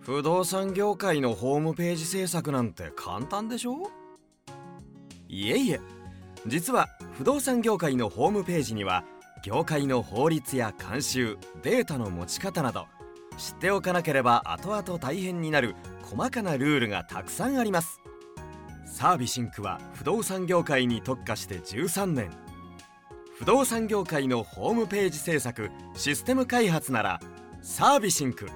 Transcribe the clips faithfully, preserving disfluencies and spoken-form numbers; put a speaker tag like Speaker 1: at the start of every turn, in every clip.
Speaker 1: 不動産業界のホームページ制作なんて簡単でしょ？いえいえ、実は不動産業界のホームページには業界の法律や慣習、データの持ち方など知っておかなければ後々大変になる細かなルールがたくさんあります。サービシンクは不動産業界に特化してじゅうさんねん。不動産業界のホームページ制作、システム開発ならサービシンク。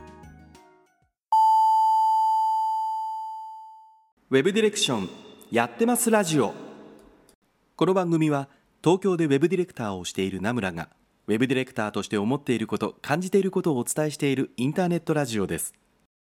Speaker 2: ウェブディレクションやってますラジオ。この番組は東京でウェブディレクターをしている名村がウェブディレクターとして思っていること、感じていることをお伝えしているインターネットラジオです。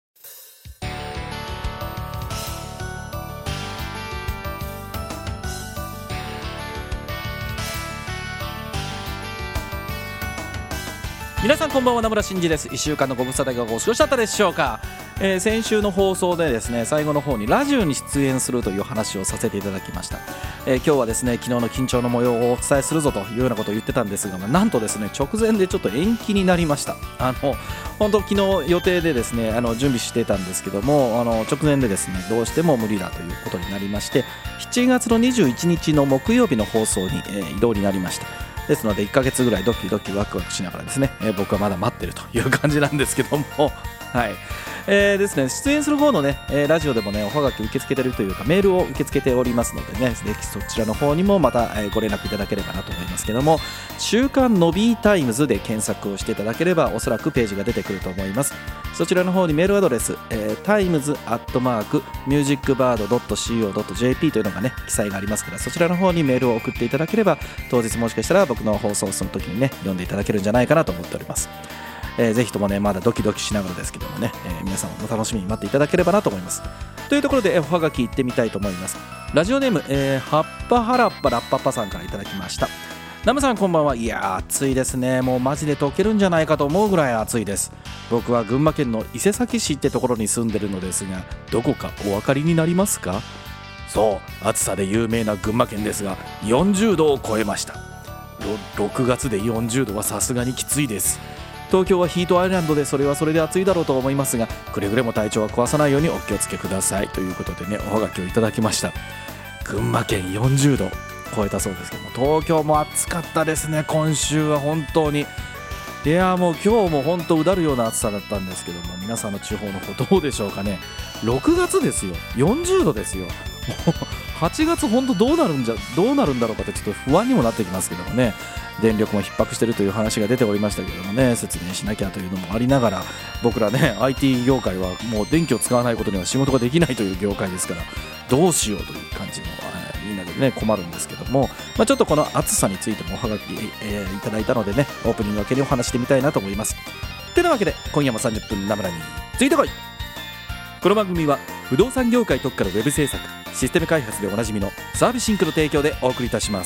Speaker 2: 皆さんこんばんは、名村真司です。いっしゅうかんのご無沙汰いかがお過ごしだったでしょうか。えー、先週の放送でですね、最後の方にラジオに出演するという話をさせていただきました。えー、今日はですね、昨日の緊張の模様をお伝えするぞというようなことを言ってたんですが、なんとですね、直前でちょっと延期になりました。あの本当昨日予定でですね、あの準備してたんですけども、あの直前でですね、どうしても無理だということになりまして、しちがつのにじゅういちにちの木曜日の放送に、えー、移動になりました。ですのでいっかげつぐらいドキドキワクワクしながらですね、えー、僕はまだ待ってるという感じなんですけどもはい、えー、ですね、出演する方のね、えー、ラジオでもね、おはがき受け付けてるというかメールを受け付けておりますのでね、ぜひそちらの方にもまた、えー、ご連絡いただければなと思いますけども、週刊のビータイムズで検索をしていただければおそらくページが出てくると思います。そちらの方にメールアドレス、えー、タイムズアットマークミュージックバードドットシーオードットジェーピー というのがね、記載がありますから、そちらの方にメールを送っていただければ、当日もしかしたら僕の放送その時にね、読んでいただけるんじゃないかなと思っております。えー、ぜひともね、まだドキドキしながらですけどもね、えー、皆さんお楽しみに待っていただければなと思います。というところで、えー、おはがき行ってみたいと思います。ラジオネーム、えー、はっぱはらっぱらっぱっぱさんからいただきました。ナムさんこんばんは。いやー暑いですね。もうマジで溶けるんじゃないかと思うぐらい暑いです。僕は群馬県の伊勢崎市ってところに住んでるのですが、どこかお分かりになりますか？そう、暑さで有名な群馬県ですが、よんじゅうどを超えました。ろくがつでよんじゅうどはさすがにきついです。東京はヒートアイランドでそれはそれで暑いだろうと思いますが、くれぐれも体調は壊さないようにお気をつけくださいということでね、おはがきをいただきました。群馬県よんじゅうど超えたそうですけども、東京も暑かったですね。今週は本当に、いやもう今日も本当うだるような暑さだったんですけども、皆さんの地方の方どうでしょうかね。ろくがつですよ、よんじゅうどですよ。もうはちがつ本当どうなるんじゃどうなるんだろうかってちょっと不安にもなってきますけどもね。電力も逼迫しているという話が出ておりましたけどもね、説明しなきゃというのもありながら、僕らね アイティー 業界はもう電気を使わないことには仕事ができないという業界ですから、どうしようという感じの、えー、みんなでね困るんですけども、まあ、ちょっとこの暑さについてもおはがき、えー、いただいたのでね、オープニング明けにお話してみたいなと思います。てなわけで今夜もさんじゅっぷんナムラについてこい。この番組は不動産業界特化のウェブ制作、システム開発でおなじみのサービスシンクの提供でお送りいたします。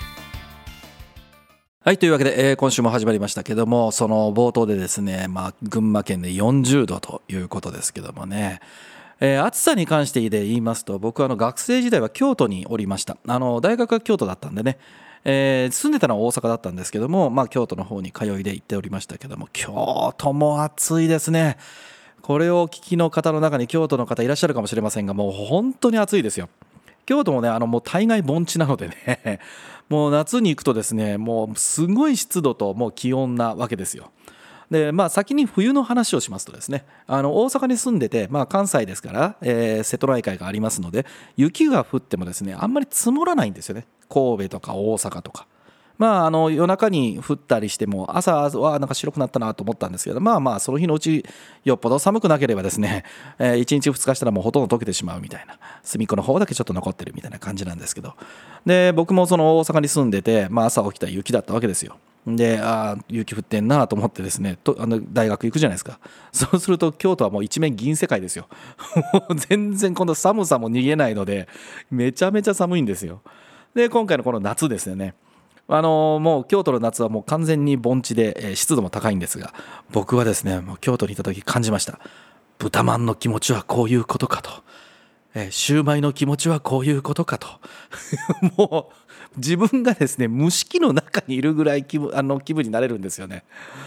Speaker 2: はい、というわけで、えー、今週も始まりましたけども、その冒頭でですね、まあ、群馬県でよんじゅうどということですけどもね、えー、暑さに関してで言いますと、僕はあの学生時代は京都におりました。あの大学が京都だったんでね、えー、住んでたのは大阪だったんですけども、まあ、京都の方に通いで行っておりましたけども、京都も暑いですね。これをお聞きの方の中に京都の方いらっしゃるかもしれませんが、もう本当に暑いですよ。京都もね、あのもう大概盆地なのでねもう夏に行くとですね、もうすごい湿度ともう気温なわけですよ。で、まあ、先に冬の話をしますとですね、あの大阪に住んでて、まあ、関西ですから、えー、瀬戸内海がありますので、雪が降ってもですね、あんまり積もらないんですよね。神戸とか大阪とか。まあ、あの夜中に降ったりしても朝はなんか白くなったなと思ったんですけど、まあまあその日のうちよっぽど寒くなければですね、えー、いちにちふつかしたらもうほとんど溶けてしまうみたいな、隅っこの方だけちょっと残ってるみたいな感じなんですけど、で僕もその大阪に住んでて、まあ、朝起きたら雪だったわけですよ。で、あ雪降ってんなと思ってですね、とあの大学行くじゃないですか。そうすると京都はもう一面銀世界ですよ全然この寒さも逃げないので、めちゃめちゃ寒いんですよ。で今回のこの夏ですよね、あのー、もう京都の夏はもう完全に盆地で、えー、湿度も高いんですが、僕はですね、もう京都にいた時感じました。豚まんの気持ちはこういうことかと、えー、シューマイの気持ちはこういうことかともう自分がですね蒸し器の中にいるぐらい気分、あの気分になれるんですよね。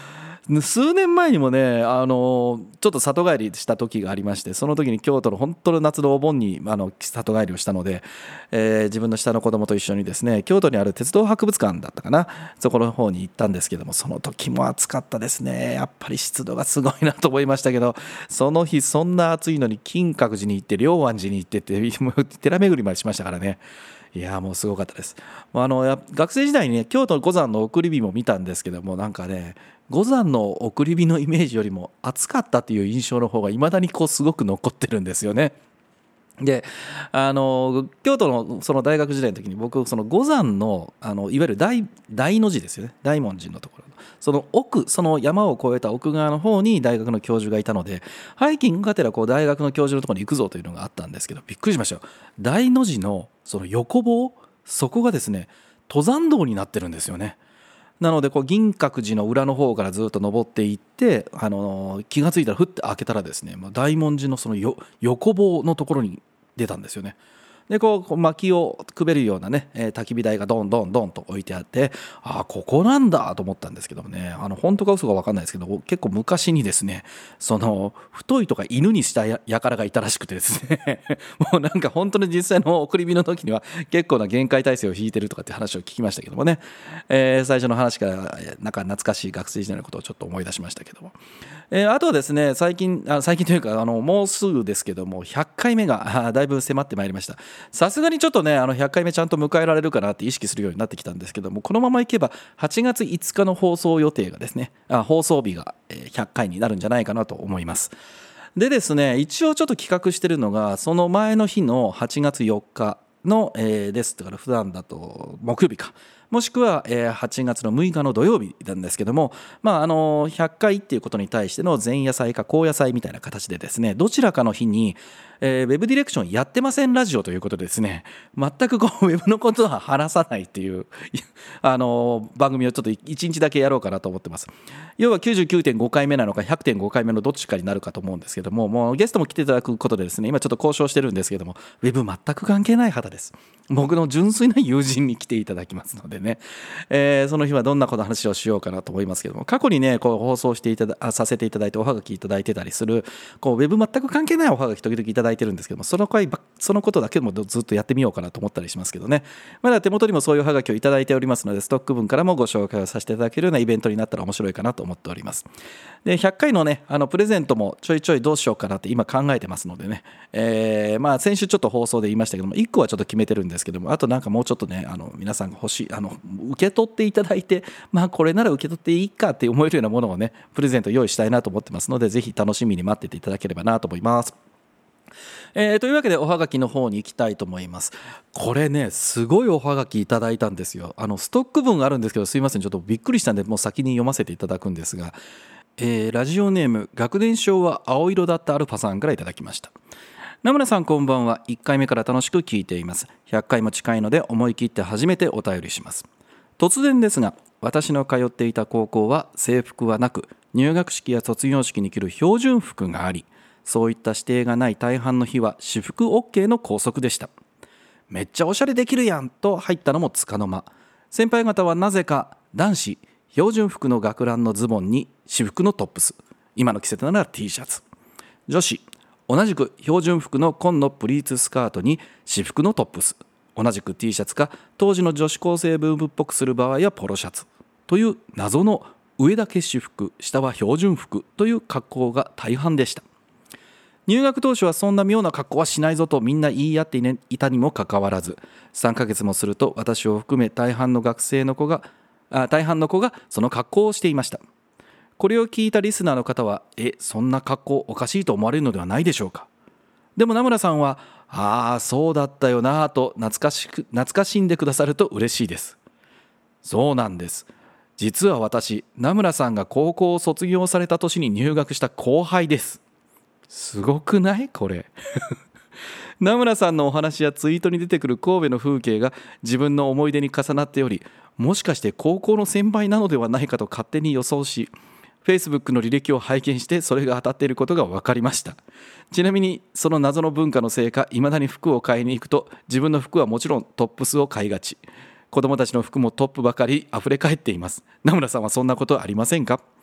Speaker 2: 数年前にもね、あのちょっと里帰りした時がありまして、その時に京都の本当の夏のお盆にあの里帰りをしたので、えー、自分の下の子供と一緒にですね、京都にある鉄道博物館だったかな、そこの方に行ったんですけども、その時も暑かったですね。やっぱり湿度がすごいなと思いましたけど、その日そんな暑いのに金閣寺に行って龍安寺に行ってって寺巡りまでしましたからね。いやもうすごかったです。あの学生時代にね、京都五山の送り火も見たんですけども、なんかね、五山の送り火のイメージよりも暑かったっていう印象の方がいまだにこうすごく残ってるんですよね。で、あの京都のその大学時代の時に僕その五山のあのいわゆる 大, 大の字ですよね、大文字のところ、その奥、その山を越えた奥側の方に大学の教授がいたので、ハイキングがてらこう大学の教授のところに行くぞというのがあったんですけど、びっくりしましたよ。大の字のその横棒、そこがですね登山道になってるんですよね。なのでこう銀閣寺の裏の方からずっと登っていって、あの気がついたらふって開けたらですね、大文字のそのよ横棒のところに出たんですよね。でこう薪をくべるようなね、えー、焚き火台がどんどんどんと置いてあって、ああここなんだと思ったんですけどもね、あの本当か嘘か分かんないですけど、結構昔にですね、その太いとか犬にしたや輩がいたらしくてですねもうなんか本当に実際の送り火の時には結構な限界体制を敷いてるとかって話を聞きましたけどもね、えー、最初の話からなんか懐かしい学生時代のことをちょっと思い出しましたけども、えー、あとはですね、最近あ最近というかあのもうすぐですけどもひゃっかいめがだいぶ迫ってまいりました。さすがにちょっとね、あのひゃっかいめちゃんと迎えられるかなって意識するようになってきたんですけども、このままいけばはちがついつかの放送予定がですね、あ放送日がひゃっかいになるんじゃないかなと思います。でですね、一応ちょっと企画してるのが、その前の日のはちがつよっかの、えー、ですだから普段だと木曜日か、もしくははちがつのむいかの土曜日なんですけども、まあ、あのひゃっかいっていうことに対しての前夜祭か後夜祭みたいな形でですね、どちらかの日に、えー、ウェブディレクションやってませんラジオということでですね、全くこうウェブのことは話さないっていうあの番組をちょっといちにちだけやろうかなと思ってます。要は きゅうじゅうきゅうてんごかいめなのか ひゃくてんごかいめのどっちかになるかと思うんですけども、もうゲストも来ていただくことでですね、今ちょっと交渉してるんですけども、ウェブ全く関係ない方です。僕の純粋な友人に来ていただきますのでね、えー、その日はどんなこと話をしようかなと思いますけども、過去にねこう放送していただあさせていただいておはがきいただいてたりするこうウェブ全く関係ないおはがき時々いただいてるんですけども、その回そのことだけもずっとやってみようかなと思ったりしますけどね、まだ手元にもそういうおはがきをいただいておりますので、ストック分からもご紹介をさせていただけるようなイベントになったら面白いかなと思っております。でひゃっかいのねあのプレゼントもちょいちょいどうしようかなって今考えてますのでね、えー、まあ先週ちょっと放送で言いましたけども、いっこはちょっと決めてるんですけども、あとなんかもうちょっとねあの皆さんが欲しいあの受け取っていただいて、まあこれなら受け取っていいかって思えるようなものをねプレゼント用意したいなと思ってますので、ぜひ楽しみに待ってていただければなと思います。えー、というわけでおはがきの方に行きたいと思います。これねすごいおはがきいただいたんですよ。あのストック分あるんですけど、すいませんちょっとびっくりしたんでもう先に読ませていただくんですが、えー、ラジオネーム学年賞は青色だったアルファさんからいただきました。名村さんこんばんは。いっかいめから楽しく聞いています。ひゃっかいも近いので思い切って初めてお便りします。突然ですが、私の通っていた高校は制服はなく、入学式や卒業式に着る標準服があり、そういった指定がない大半の日は私服 OK の校則でした。めっちゃおしゃれできるやんと入ったのもつかの間、先輩方はなぜか男子標準服の学ランのズボンに私服のトップス、今の季節なら T シャツ、女子同じく標準服の紺のプリーツスカートに私服のトップス、同じく T シャツか当時の女子高生ブームっぽくする場合やポロシャツという謎の上だけ私服下は標準服という格好が大半でした。入学当初はそんな妙な格好はしないぞとみんな言い合っていたにもかかわらず、さんかげつもすると私を含め大半の学生の子があ大半の子がその格好をしていました。これを聞いたリスナーの方は、えそんな格好おかしいと思われるのではないでしょうか。でも名村さんはああそうだったよなと懐かしく懐かしんでくださると嬉しいです。そうなんです。実は私、名村さんが高校を卒業された年に入学した後輩です。すごくないこれ名村さんのお話やツイートに出てくる神戸の風景が自分の思い出に重なっており、もしかして高校の先輩なのではないかと勝手に予想し、Facebook の履歴を拝見してそれが当たっていることが分かりました。ちなみにその謎の文化のせいか、いまだに服を買いに行くと自分の服はもちろんトップスを買いがち、子供たちの服もトップばかり溢れ返っています。名村さんはそんなことありませんか？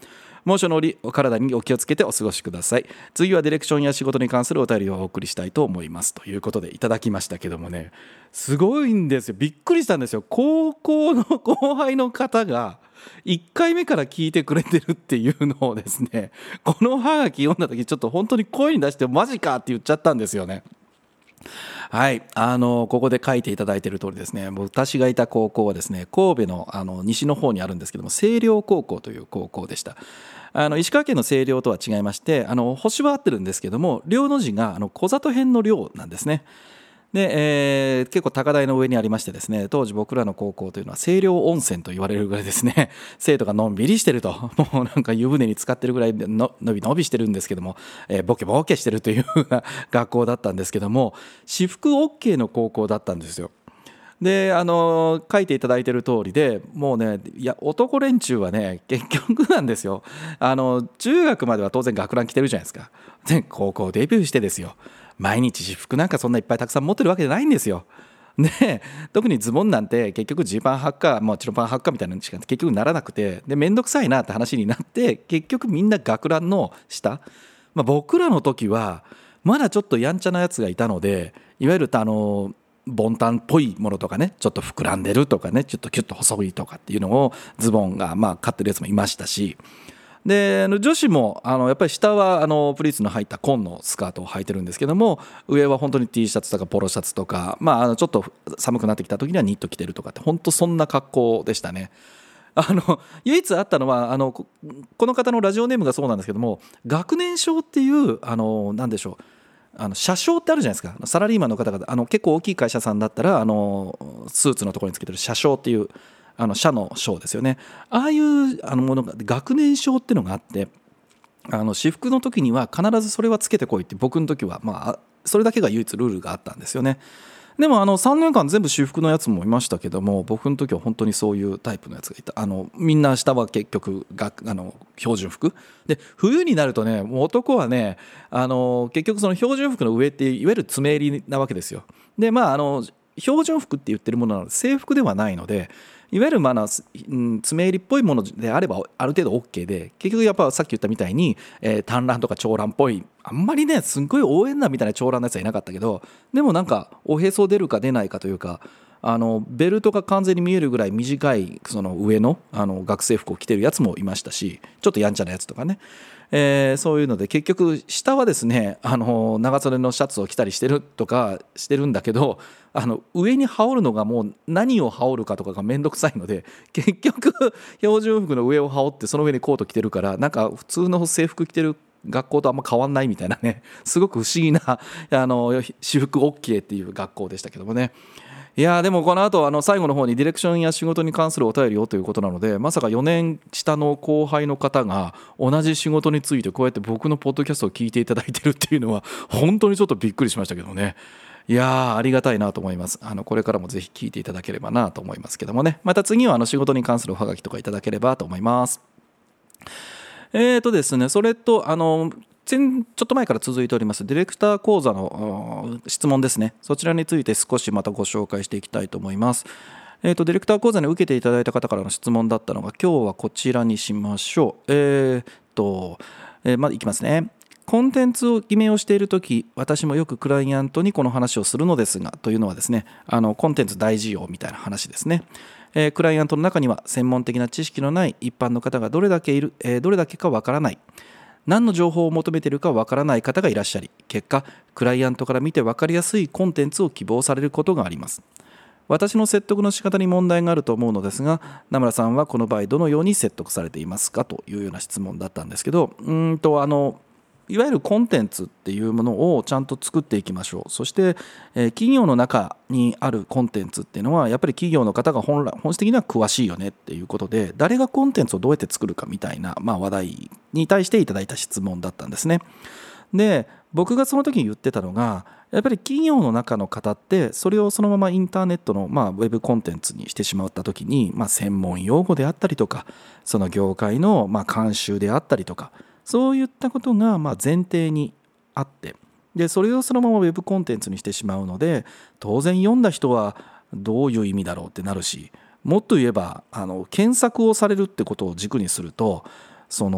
Speaker 2: 猛暑の折お体にお気をつけてお過ごしください。次はディレクションや仕事に関するお便りをお送りしたいと思いますということでいただきましたけどもね、すごいんですよ。びっくりしたんですよ。高校の後輩の方がいっかいめから聞いてくれてるっていうのをですね、このハガキ読んだ時ちょっと本当に声に出してマジかって言っちゃったんですよね。はい、あのここで書いていただいている通りですね、私がいた高校はですね、神戸の、あの西の方にあるんですけども、星稜高校という高校でした。あの石川県の星稜とは違いまして、あの星は合ってるんですけども、稜の字があの小里編の稜なんですね。で、えー、結構高台の上にありましてですね、当時僕らの高校というのは清涼温泉と言われるぐらいですね、生徒がのんびりしてると、もうなんか湯船に浸かってるぐらいののびのびしてるんですけども、えー、ボケボケしてるというような学校だったんですけども、私服 OK の高校だったんですよ。で、あの書いていただいている通りで、もうね、いや男連中はね結局なんですよ、あの中学までは当然学ラン着てるじゃないですか。で高校デビューしてですよ、毎日私服なんかそんないっぱいたくさん持ってるわけじゃないんですよ。で特にズボンなんて結局ジーパン履くか、もちろんパン履くかみたいなのしか結局ならなくて、で面倒くさいなって話になって、結局みんな学ランの下、まあ、僕らの時はまだちょっとやんちゃなやつがいたので、いわゆるあのボンタンっぽいものとかね、ちょっと膨らんでるとかね、ちょっとキュッと細いとかっていうのをズボンがまあ買ってるやつもいましたし、で女子もあのやっぱり下はあのプリーツの入った紺のスカートを履いてるんですけども、上は本当に T シャツとかポロシャツとか、まあ、あのちょっと寒くなってきた時にはニット着てるとかって、本当そんな格好でしたね。あの唯一あったのはあの こ, この方のラジオネームがそうなんですけども、学年証っていうあのなんでしょう、あの社章ってあるじゃないですか。サラリーマンの方々、あの結構大きい会社さんだったらあのスーツのところにつけてる社章っていう、あの社の章ですよね。ああいうあのものが学年証っていうのがあって、あの私服の時には必ずそれはつけてこいって、僕の時はまあそれだけが唯一ルールがあったんですよね。でもあのさんねんかん全部私服のやつもいましたけども、僕の時は本当にそういうタイプのやつがいた。あのみんな下は結局があの標準服で、冬になるとね、もう男はね、あの結局その標準服の上っていわゆる爪襟なわけですよ。でまああの標準服って言ってるものなので制服ではないので、いわゆるまあ、うん、爪襟っぽいものであればある程度 OK で、結局やっぱさっき言ったみたいに、えー、短ランとか長ランっぽい、あんまりねすんごい応援団みたいな長ランのやつはいなかったけど、でもなんかおへそ出るか出ないかというか、あのベルトが完全に見えるぐらい短いその上 の, あの学生服を着てるやつもいましたし、ちょっとやんちゃなやつとかね、えー、そういうので結局下はですね、あの長袖のシャツを着たりしてるとかしてるんだけど、あの上に羽織るのがもう何を羽織るかとかがめんどくさいので、結局標準服の上を羽織ってその上にコート着てるから、なんか普通の制服着てる学校とあんま変わんないみたいなね、すごく不思議なあの私服 OK っていう学校でしたけどもね。いやでもこの後あの最後の方にディレクションや仕事に関するお便りをということなので、まさかよねん下の後輩の方が同じ仕事についてこうやって僕のポッドキャストを聞いていただいてるっていうのは本当にちょっとびっくりしましたけどね。いやありがたいなと思います。あのこれからもぜひ聞いていただければなと思いますけどもね。また次はあの仕事に関するおはがきとかいただければと思います。えーとですね、それとあのちょっと前から続いておりますディレクター講座の質問ですね。そちらについて少しまたご紹介していきたいと思います。えーとディレクター講座に受けていただいた方からの質問だったのが、今日はこちらにしましょう。えーと、えー、まずいきますね。コンテンツを決めをしているとき、私もよくクライアントにこの話をするのですが、というのはですね、あのコンテンツ大事よみたいな話ですね。えー、クライアントの中には専門的な知識のない一般の方がどれだけいる、えー、どれだけかわからない、何の情報を求めているかわからない方がいらっしゃり、結果クライアントから見て分かりやすいコンテンツを希望されることがあります。私の説得の仕方に問題があると思うのですが、名村さんはこの場合どのように説得されていますかというような質問だったんですけど、うーんとあのいわゆるコンテンツっていうものをちゃんと作っていきましょう。そして、えー、企業の中にあるコンテンツっていうのはやっぱり企業の方が 本, 来本質的には詳しいよねっていうことで、誰がコンテンツをどうやって作るかみたいな、まあ、話題に対していただいた質問だったんですね。で、僕がその時に言ってたのが、やっぱり企業の中の方ってそれをそのままインターネットの、まあ、ウェブコンテンツにしてしまった時に、まあ、専門用語であったりとか、その業界のまあ慣習であったりとか、そういったことがまあ前提にあって、でそれをそのままウェブコンテンツにしてしまうので、当然読んだ人はどういう意味だろうってなるし、もっと言えばあの検索をされるってことを軸にすると、その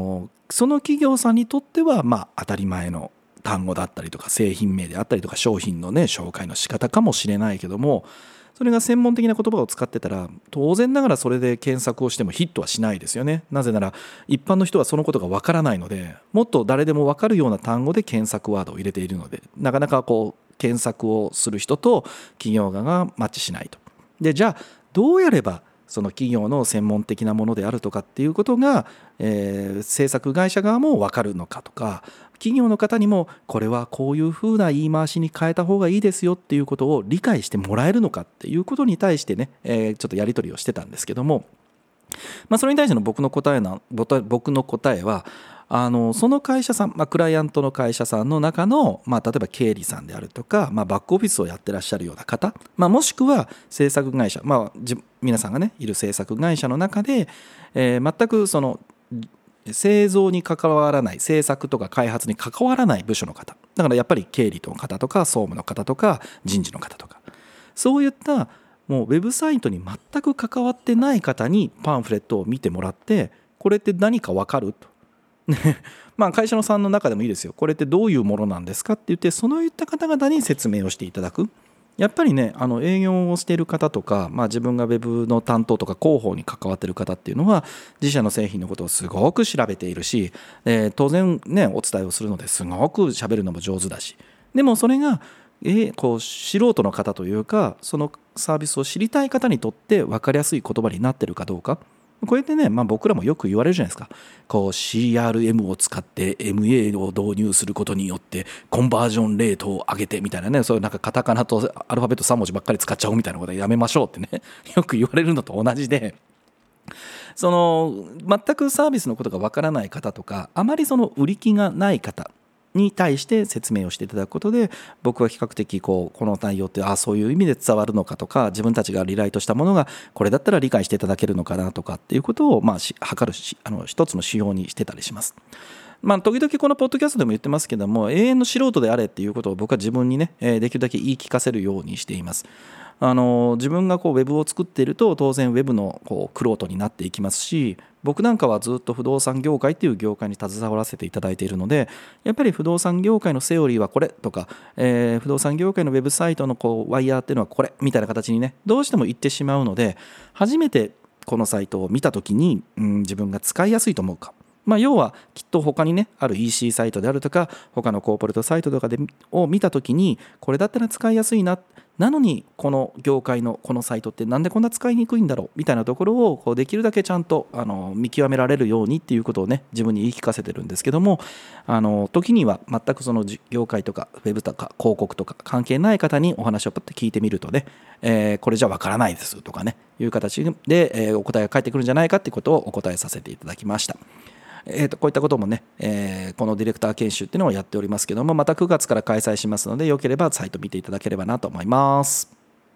Speaker 2: その企業さんにとってはまあ当たり前の単語だったりとか製品名であったりとか商品のね紹介の仕方かもしれないけども、それが専門的な言葉を使ってたら当然ながらそれで検索をしてもヒットはしないですよね。なぜなら一般の人はそのことがわからないので、もっと誰でもわかるような単語で検索ワードを入れているので、なかなかこう検索をする人と企業側がマッチしないと。でじゃあどうやればその企業の専門的なものであるとかっていうことが、えー、制作会社側も分かるのかとか、企業の方にもこれはこういうふうな言い回しに変えた方がいいですよっていうことを理解してもらえるのかっていうことに対してね、えー、ちょっとやり取りをしてたんですけども、まあ、それに対しての僕の答えな僕の答えはあのその会社さん、まあ、クライアントの会社さんの中の、まあ、例えば経理さんであるとか、まあ、バックオフィスをやってらっしゃるような方、まあ、もしくは制作会社、まあ、じ皆さんがねいる制作会社の中で、えー、全くその製造に関わらない、制作とか開発に関わらない部署の方だから、やっぱり経理の方とか総務の方とか人事の方とか、そういったもうウェブサイトに全く関わってない方にパンフレットを見てもらって、これって何か分かるとまあ会社のさんの中でもいいですよ。これってどういうものなんですかって言って、そのいった方々に説明をしていただく。やっぱりね、あの営業をしている方とか、まあ、自分がウェブの担当とか広報に関わっている方っていうのは自社の製品のことをすごく調べているし、えー、当然ねお伝えをするのですごく喋るのも上手だし、でもそれが、えー、こう素人の方というか、そのサービスを知りたい方にとって分かりやすい言葉になっているかどうか、こうやってね、まあ、僕らもよく言われるじゃないですか。こう シーアールエム を使って エムエー を導入することによってコンバージョンレートを上げてみたいなね、そういうなんかカタカナとアルファベットさん文字ばっかり使っちゃおうみたいなことはやめましょうってねよく言われるのと同じで、その全くサービスのことがわからない方とか、あまりその売り気がない方に対して説明をしていただくことで、僕は比較的こうこの内容ってあそういう意味で伝わるのかとか、自分たちがリライトしたものがこれだったら理解していただけるのかなとかっていうことをまあ測るし、あの一つの指標にしてたりします。まあ、時々このポッドキャストでも言ってますけども、永遠の素人であれっていうことを僕は自分にねできるだけ言い聞かせるようにしています。あの自分がこうウェブを作っていると当然ウェブのこう玄人になっていきますし、僕なんかはずっと不動産業界っていう業界に携わらせていただいているので、やっぱり不動産業界のセオリーはこれとか、えー、不動産業界のウェブサイトのこうワイヤーっていうのはこれみたいな形にねどうしても言ってしまうので、初めてこのサイトを見たときに、うん、自分が使いやすいと思うか、まあ、要はきっと他にねある イーシー サイトであるとか他のコーポレートサイトとかでを見たときに、これだったら使いやすいな、なのにこの業界のこのサイトってなんでこんな使いにくいんだろうみたいなところをこうできるだけちゃんとあの見極められるようにっていうことをね自分に言い聞かせてるんですけども、あの時には全くその業界とかウェブとか広告とか関係ない方にお話をパッと聞いてみるとね、えー、これじゃわからないですとかねいう形で、えー、お答えが返ってくるんじゃないかっていうことをお答えさせていただきました。えー、とこういったこともね、えー、このディレクター研修っていうのをやっておりますけども、またくがつから開催しますので、よければサイト見ていただければなと思います。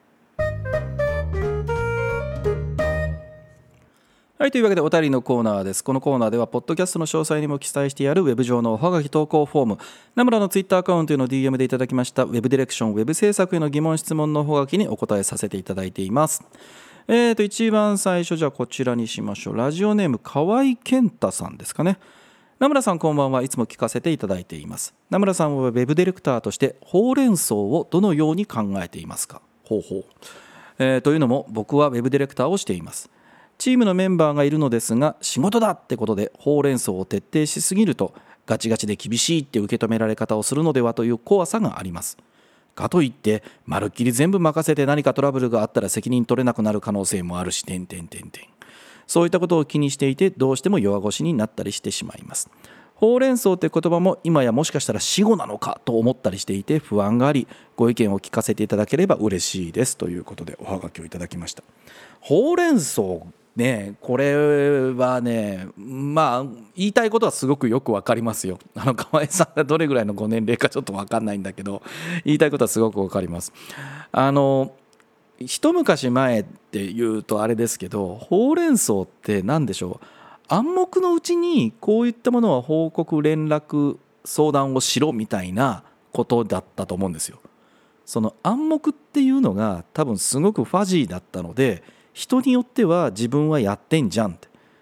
Speaker 2: はい、というわけでお便りのコーナーです。このコーナーではポッドキャストの詳細にも記載してあるウェブ上のおはがき投稿フォーム、ナムラのツイッターアカウントへの ディーエム でいただきましたウェブディレクションウェブ制作への疑問質問のおはがきにお答えさせていただいています。えー、と一番最初、じゃあこちらにしましょう。ラジオネーム河合健太さんですかね。名村さんこんばんは。いつも聞かせていただいています。名村さんはウェブディレクターとしてほうれん草をどのように考えていますか。ほうほう、えー、というのも僕はウェブディレクターをしています。チームのメンバーがいるのですが、仕事だってことでほうれん草を徹底しすぎるとガチガチで厳しいって受け止められ方をするのではという怖さがあります。かといってまるっきり全部任せて何かトラブルがあったら責任取れなくなる可能性もあるし、てんてんてんてん、そういったことを気にしていてどうしても弱腰になったりしてしまいます。ほうれん草って言葉も今やもしかしたら死語なのかと思ったりしていて不安があり、ご意見を聞かせていただければ嬉しいですということでおはがきをいただきました。ほうれん草ね、これはね、まあ言いたいことはすごくよくわかりますよ。あの河合さんがどれぐらいのご年齢かちょっとわかんないんだけど、言いたいことはすごくわかります。あの一昔前っていうとあれですけど、ほうれん草って何でしょう、暗黙のうちにこういったものは報告連絡相談をしろみたいなことだったと思うんですよ。その暗黙っていうのが多分すごくファジーだったので、人によっては自分はやってんじゃんって、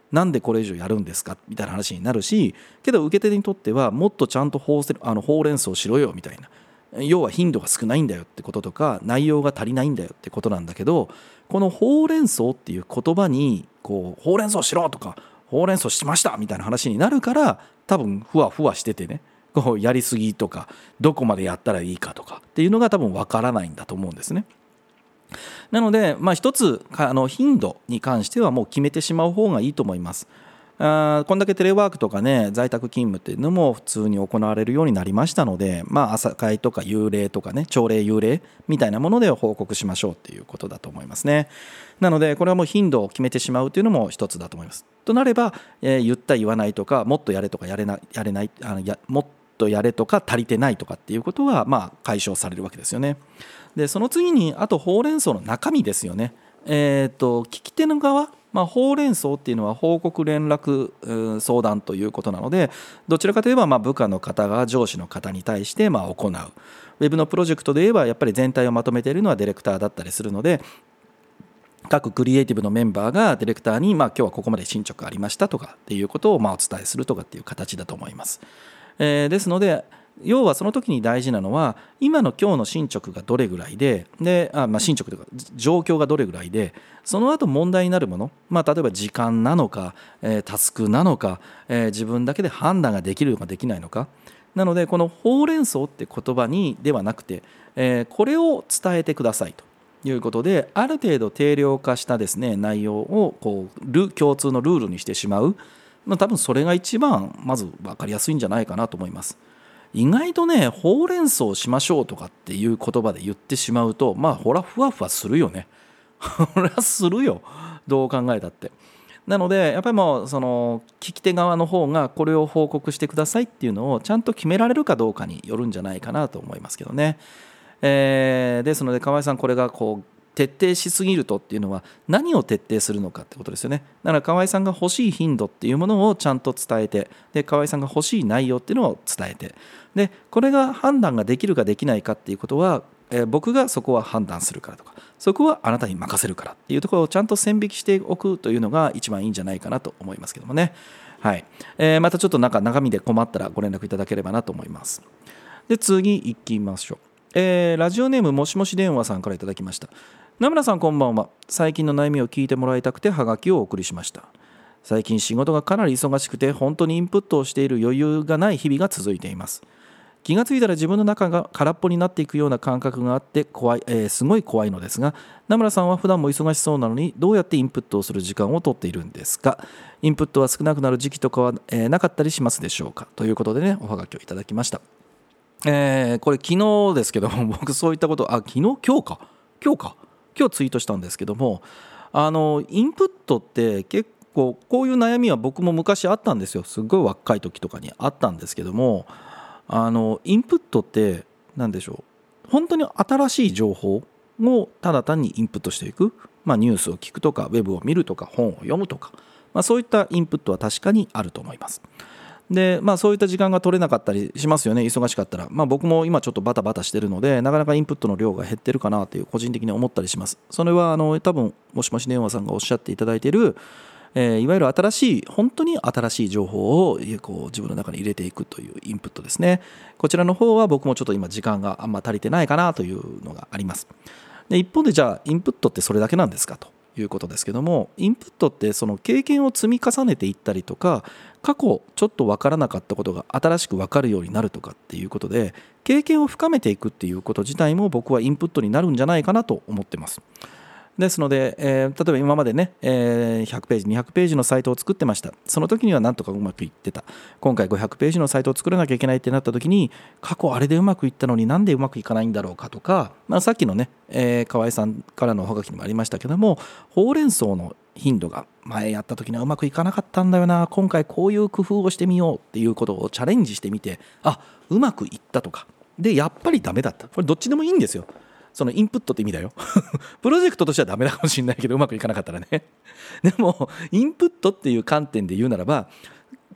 Speaker 2: なんでこれ以上やるんですかみたいな話になるし、けど受け手にとってはもっとちゃんとほうせあのほうれん草しろよみたいな、要は頻度が少ないんだよってこととか内容が足りないんだよってことなんだけど、このほうれん草っていう言葉にこうほうれん草しろとかほうれん草しましたみたいな話になるから、多分ふわふわしててね、こうやりすぎとかどこまでやったらいいかとかっていうのが多分わからないんだと思うんですね。なので、まあ、一つあの頻度に関してはもう決めてしまう方がいいと思います。あこんだけテレワークとかね在宅勤務っていうのも普通に行われるようになりましたので、まあ、朝会とか幽霊とかね朝礼幽霊みたいなもので報告しましょうっていうことだと思いますね。なのでこれはもう頻度を決めてしまうというのも一つだと思います。となれば、えー、言った言わないとかもっとやれとかやれな、やれないあのやもっとやれとか足りてないとかっていうことはまあ解消されるわけですよね。でその次にあとほうれん草の中身ですよね。えー、と聞き手の側、まあ、ほうれん草っていうのは報告連絡相談ということなので、どちらかといえばまあ部下の方が上司の方に対してまあ行う。ウェブのプロジェクトで言えばやっぱり全体をまとめているのはディレクターだったりするので、各クリエイティブのメンバーがディレクターにまあ今日はここまで進捗ありましたとかっていうことをまあお伝えするとかっていう形だと思います。えー、ですので要はその時に大事なのは今の今日の進捗がどれぐらいで、であ、まあ、進捗というか状況がどれぐらいで、その後問題になるもの、まあ、例えば時間なのか、えー、タスクなのか、えー、自分だけで判断ができるのかできないのか。なのでこのほうれん草って言葉にではなくて、えー、これを伝えてくださいということで、ある程度定量化したですね内容をこう共通のルールにしてしまう、まあ、多分それが一番まず分かりやすいんじゃないかなと思います。意外とねほうれん草しましょうとかっていう言葉で言ってしまうと、まあほらふわふわするよねほらするよ、どう考えたって。なのでやっぱりもうその聞き手側の方がこれを報告してくださいっていうのをちゃんと決められるかどうかによるんじゃないかなと思いますけどね。えー、ですので河合さん、これがこう徹底しすぎるとっていうのは何を徹底するのかってことですよね。だから河合さんが欲しい頻度っていうものをちゃんと伝えて、で河合さんが欲しい内容っていうのを伝えて、でこれが判断ができるかできないかっていうことは、えー、僕がそこは判断するからとか、そこはあなたに任せるからっていうところをちゃんと線引きしておくというのが一番いいんじゃないかなと思いますけどもね。はい、えー、またちょっとなんか中身で困ったらご連絡いただければなと思います。で次行きましょう。えー、ラジオネームもしもし電話さんからいただきました。名村さんこんばんは。最近の悩みを聞いてもらいたくてハガキをお送りしました。最近仕事がかなり忙しくて本当にインプットをしている余裕がない日々が続いています。気がついたら自分の中が空っぽになっていくような感覚があって怖い、えー、すごい怖いのですが、名村さんは普段も忙しそうなのにどうやってインプットをする時間を取っているんですか。インプットは少なくなる時期とかは、えー、なかったりしますでしょうか、ということでねおはがきをいただきました。えー、これ昨日ですけども、僕そういったことあ昨日今日か今日か今日ツイートしたんですけども、あのインプットって結構こういう悩みは僕も昔あったんですよ。すごい若い時とかにあったんですけども、あのインプットって何でしょう、本当に新しい情報をただ単にインプットしていく、まあ、ニュースを聞くとかウェブを見るとか本を読むとか、まあ、そういったインプットは確かにあると思います。でまあ、そういった時間が取れなかったりしますよね、忙しかったら。まあ、僕も今ちょっとバタバタしてるのでなかなかインプットの量が減ってるかなという個人的に思ったりします。それはあの多分もしもし電話さんがおっしゃっていただいている、えー、いわゆる新しい本当に新しい情報をこう自分の中に入れていくというインプットですね。こちらの方は僕もちょっと今時間があんま足りてないかなというのがあります。で一方でじゃあインプットってそれだけなんですかということですけども、インプットってその経験を積み重ねていったりとか、過去ちょっと分からなかったことが新しく分かるようになるとかっていうことで経験を深めていくっていうこと自体も僕はインプットになるんじゃないかなと思ってます。ですので、えー、例えば今までね、えー、ひゃくページにひゃくページのサイトを作ってました。その時にはなんとかうまくいってた。今回ごひゃくページのサイトを作らなきゃいけないってなった時に、過去あれでうまくいったのになんでうまくいかないんだろうかとか、まあ、さっきのね、えー、河合さんからのおはがきにもありましたけども、ほうれん草の頻度が前やった時にはうまくいかなかったんだよな、今回こういう工夫をしてみようっていうことをチャレンジしてみて、あ、うまくいったとかでやっぱりダメだった、これどっちでもいいんですよ。そのインプットって意味だよプロジェクトとしてはダメだかもしれないけどうまくいかなかったらねでもインプットっていう観点で言うならば、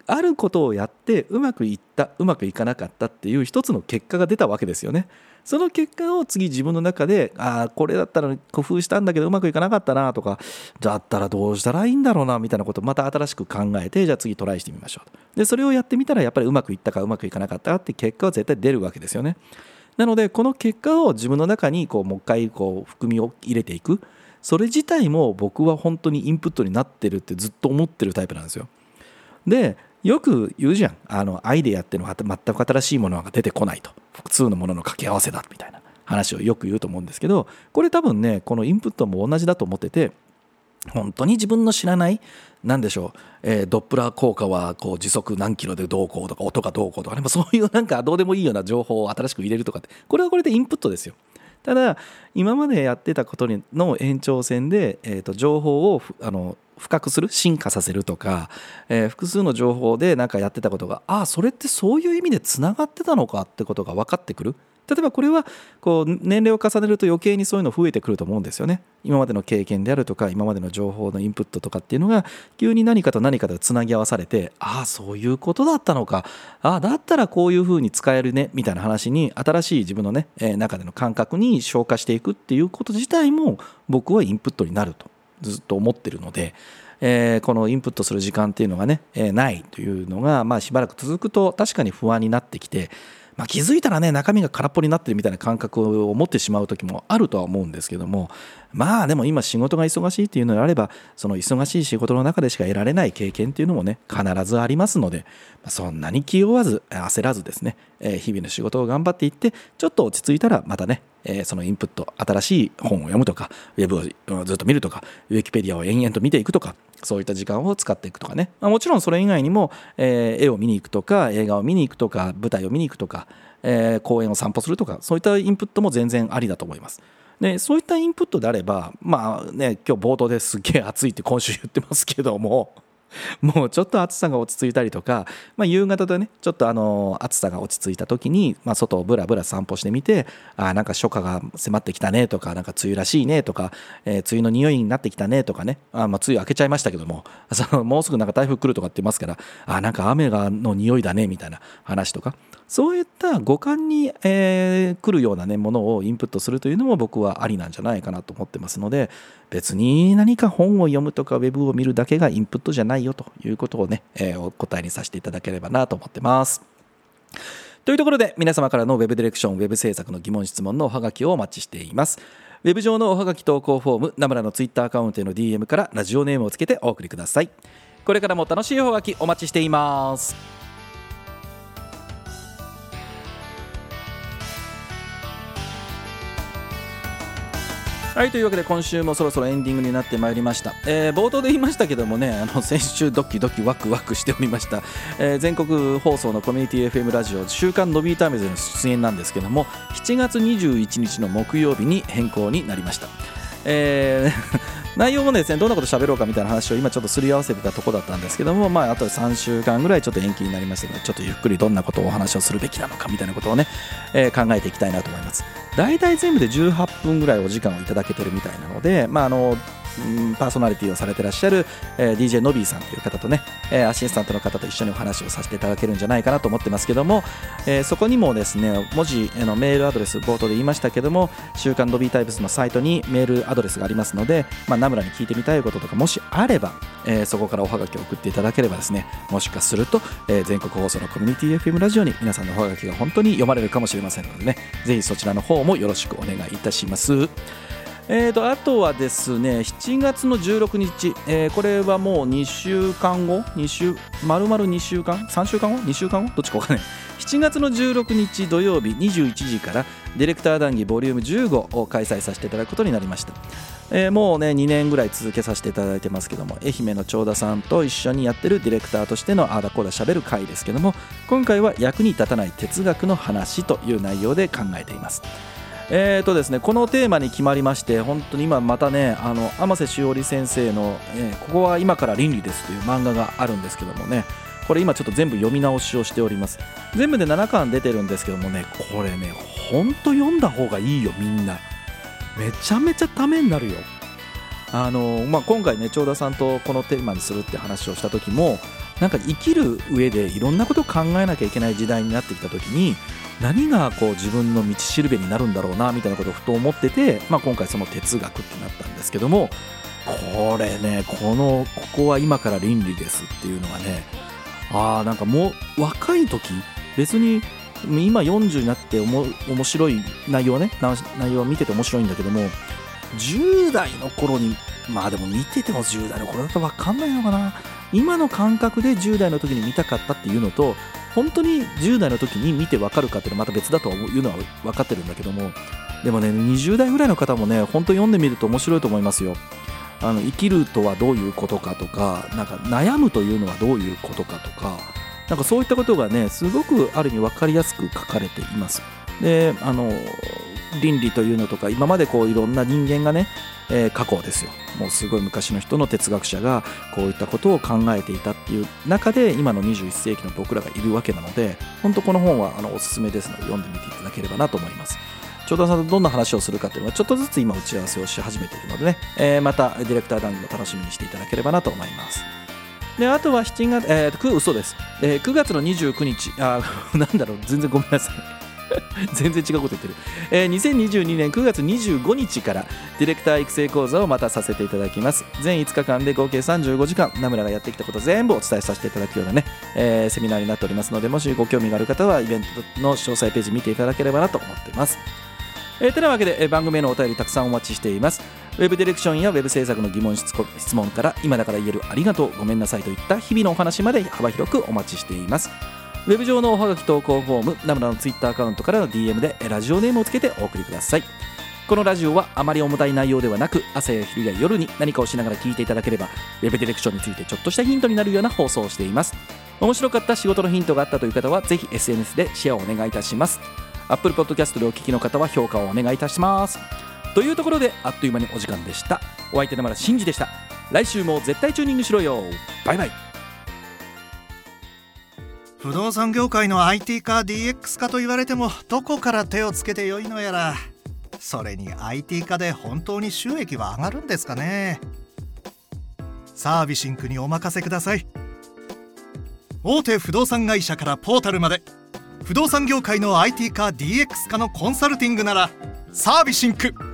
Speaker 2: あることをやってうまくいったうまくいかなかったっていう一つの結果が出たわけですよね。その結果を次自分の中であこれだったら工夫したんだけどうまくいかなかったなとかだったらどうしたらいいんだろうなみたいなことをまた新しく考えてじゃあ次トライしてみましょうと。でそれをやってみたらやっぱりうまくいったかうまくいかなかったかって結果は絶対出るわけですよね。なのでこの結果を自分の中にこうもう一回こう含みを入れていく、それ自体も僕は本当にインプットになってるってずっと思ってるタイプなんですよ。でよく言うじゃん、あのアイデアっていうのは全く新しいものが出てこないと、複数のものの掛け合わせだみたいな話をよく言うと思うんですけど、これ多分ねこのインプットも同じだと思ってて、本当に自分の知らないなんでしょう、えー、ドップラー効果はこう時速何キロでどうこうとか音がどうこうとか、ね、そういうなんかどうでもいいような情報を新しく入れるとかって、これはこれでインプットですよ。ただ今までやってたことの延長線で、えー、と情報をあの深くする、進化させるとか、えー、複数の情報でなんかやってたことがああそれってそういう意味でつながってたのかってことが分かってくる。例えばこれはこう年齢を重ねると余計にそういうの増えてくると思うんですよね。今までの経験であるとか今までの情報のインプットとかっていうのが急に何かと何かとつなぎ合わされて、ああそういうことだったのか、ああだったらこういうふうに使えるねみたいな話に、新しい自分のね、えー、中での感覚に消化していくっていうこと自体も僕はインプットになるとずっと思ってるので、えー、このインプットする時間っていうのがね、えー、ないというのが、まあ、しばらく続くと確かに不安になってきて、まあ、気づいたらね中身が空っぽになってるみたいな感覚を持ってしまう時もあるとは思うんですけども、まあでも今仕事が忙しいっていうのであれば、その忙しい仕事の中でしか得られない経験っていうのもね必ずありますので、そんなに気負わず焦らずですね、日々の仕事を頑張っていって、ちょっと落ち着いたらまたねそのインプット、新しい本を読むとかウェブをずっと見るとかウィキペディアを延々と見ていくとか、そういった時間を使っていくとかね、まあ、もちろんそれ以外にも、えー、絵を見に行くとか映画を見に行くとか舞台を見に行くとか、えー、公園を散歩するとか、そういったインプットも全然ありだと思います。でそういったインプットであれば、まあね今日冒頭ですっげえ暑いって今週言ってますけどももうちょっと暑さが落ち着いたりとか、まあ、夕方でねちょっとあの暑さが落ち着いた時に、まあ、外をブラブラ散歩してみて、あなんか初夏が迫ってきたねとか、なんか梅雨らしいねとか、えー、梅雨の匂いになってきたねとかね、あ、まあ、梅雨明けちゃいましたけどもそのもうすぐなんか台風来るとかって言いますから、あなんか雨がの匂いだねみたいな話とか、そういった五感に、えー、来るような、ね、ものをインプットするというのも僕はありなんじゃないかなと思ってますので、別に何か本を読むとかウェブを見るだけがインプットじゃないよということをね、えー、お答えにさせていただければなと思ってます。というところで皆様からのウェブディレクション、ウェブ制作の疑問質問のおはがきをお待ちしています。ウェブ上のおはがき投稿フォーム、ナムラのツイッターアカウントへの ディーエム からラジオネームをつけてお送りください。これからも楽しいおはがきお待ちしています。はい、というわけで今週もそろそろエンディングになってまいりました。えー、冒頭で言いましたけどもね、あの先週ドキドキワクワクしておりました、えー、全国放送のコミュニティ エフエム ラジオ週刊のビータイムズの出演なんですけども、しちがつにじゅういちにちの木曜日に変更になりました。えー内容もですね、どんなこと喋ろうかみたいな話を今ちょっとすり合わせてたとこだったんですけども、まああとさんしゅうかんぐらいちょっと延期になりましたので、ちょっとゆっくりどんなことをお話をするべきなのかみたいなことをね、えー、考えていきたいなと思います。だいたい全部でじゅうはっぷんぐらいお時間をいただけてるみたいなので、まああのパーソナリティをされてらっしゃる、えー、ディージェー のびーさんという方とね、えー、アシスタントの方と一緒にお話をさせていただけるんじゃないかなと思ってますけども、えー、そこにもですね、文字のメールアドレス冒頭で言いましたけども、週刊のびータイムズのサイトにメールアドレスがありますので、まあ、ナムラに聞いてみたいこととかもしあれば、えー、そこからおはがきを送っていただければですね、もしかすると、えー、全国放送のコミュニティ エフエム ラジオに皆さんのおはがきが本当に読まれるかもしれませんのでね、ぜひそちらの方もよろしくお願いいたします。えー、とあとはですね、しちがつのじゅうろくにち、えー、これはもうにしゅうかんご、に週丸々にしゅうかん、さんしゅうかんご、にしゅうかんご、どっちか分かんない。しちがつのじゅうろくにち土曜日にじゅういちじからディレクター談義ボリュームじゅうごを開催させていただくことになりました。えー、もうねにねんぐらい続けさせていただいてますけども、愛媛の長田さんと一緒にやってるディレクターとしてのあーだこーだしゃべる会ですけども、今回は役に立たない哲学の話という内容で考えています。えーとですね、このテーマに決まりまして、本当に今またね、あの天瀬しおり先生の、えー、ここは今から倫理ですという漫画があるんですけどもね、これ今ちょっと全部読み直しをしております。全部でななかん出てるんですけどもね、これね本当読んだ方がいいよ。みんなめちゃめちゃためになるよ。あの、まあ、今回ね長田さんとこのテーマにするって話をした時も、 なんか生きる上でいろんなことを考えなきゃいけない時代になってきた時に、何がこう自分の道しるべになるんだろうなみたいなことをふと思ってて、まあ、今回その哲学ってなったんですけども、これね、このここは今から倫理ですっていうのがね、あーなんかもう若い時、別に今よんじゅうになっておも面白い内容ね、内容を見てて面白いんだけども、じゅう代の頃に、まあでも見ててもじゅう代の頃だと分かんないのかな。今の感覚でじゅう代の時に見たかったっていうのと、本当にじゅう代の時に見て分かるかっていうのはまた別だというのは分かってるんだけども、でもね、にじゅう代ぐらいの方もね、本当読んでみると面白いと思いますよ。あの生きるとはどういうことかとか、なんか悩むというのはどういうことかとか、なんかそういったことがね、すごくある意味分かりやすく書かれています。で、あの倫理というのとか、今までこういろんな人間がね、えー、過去ですよ、もうすごい昔の人の哲学者がこういったことを考えていたっていう中で、今のにじゅういっ世紀の僕らがいるわけなので、本当この本はあのおすすめですので、読んでみていただければなと思います。長田さんとどんな話をするかというのはちょっとずつ今打ち合わせをし始めているのでね、えー、またディレクター談義も楽しみにしていただければなと思います。で、あとはしちがつ、えー、く嘘です、えー、くがつのにじゅうくにち、あなんだろう、全然ごめんなさい全然違うこと言ってる、えー、にせんにじゅうにねんくがつにじゅうごにちからディレクター育成講座をまたさせていただきます。全いつかかんで合計さんじゅうごじかん、名村がやってきたこと全部お伝えさせていただくようなね、えー、セミナーになっておりますので、もしご興味がある方はイベントの詳細ページ見ていただければなと思っています。えー、てなわけで、えー、番組へのお便りたくさんお待ちしています。ウェブディレクションやウェブ制作の疑問質問から、今だから言えるありがとう、ごめんなさいといった日々のお話まで幅広くお待ちしています。ウェブ上のおはがき投稿フォーム、ナムラのツイッターアカウントからの ディーエム でラジオネームをつけてお送りください。このラジオはあまり重たい内容ではなく、朝や昼や夜に何かをしながら聞いていただければ、ウェブディレクションについてちょっとしたヒントになるような放送をしています。面白かった、仕事のヒントがあったという方はぜひ エスエヌエス でシェアをお願いいたします。Apple Podcast でお聞きの方は評価をお願いいたします。というところで、あっという間にお時間でした。お相手の村真司でした。来週も絶対チューニングしろよ。バイバイ。
Speaker 3: 不動産業界の アイティー 化 ディーエックス 化と言われても、どこから手をつけてよいのやら。それに アイティー 化で本当に収益は上がるんですかね。サービシンクにお任せください。大手不動産会社からポータルまで、不動産業界の アイティー 化 ディーエックス 化のコンサルティングならサービシンク。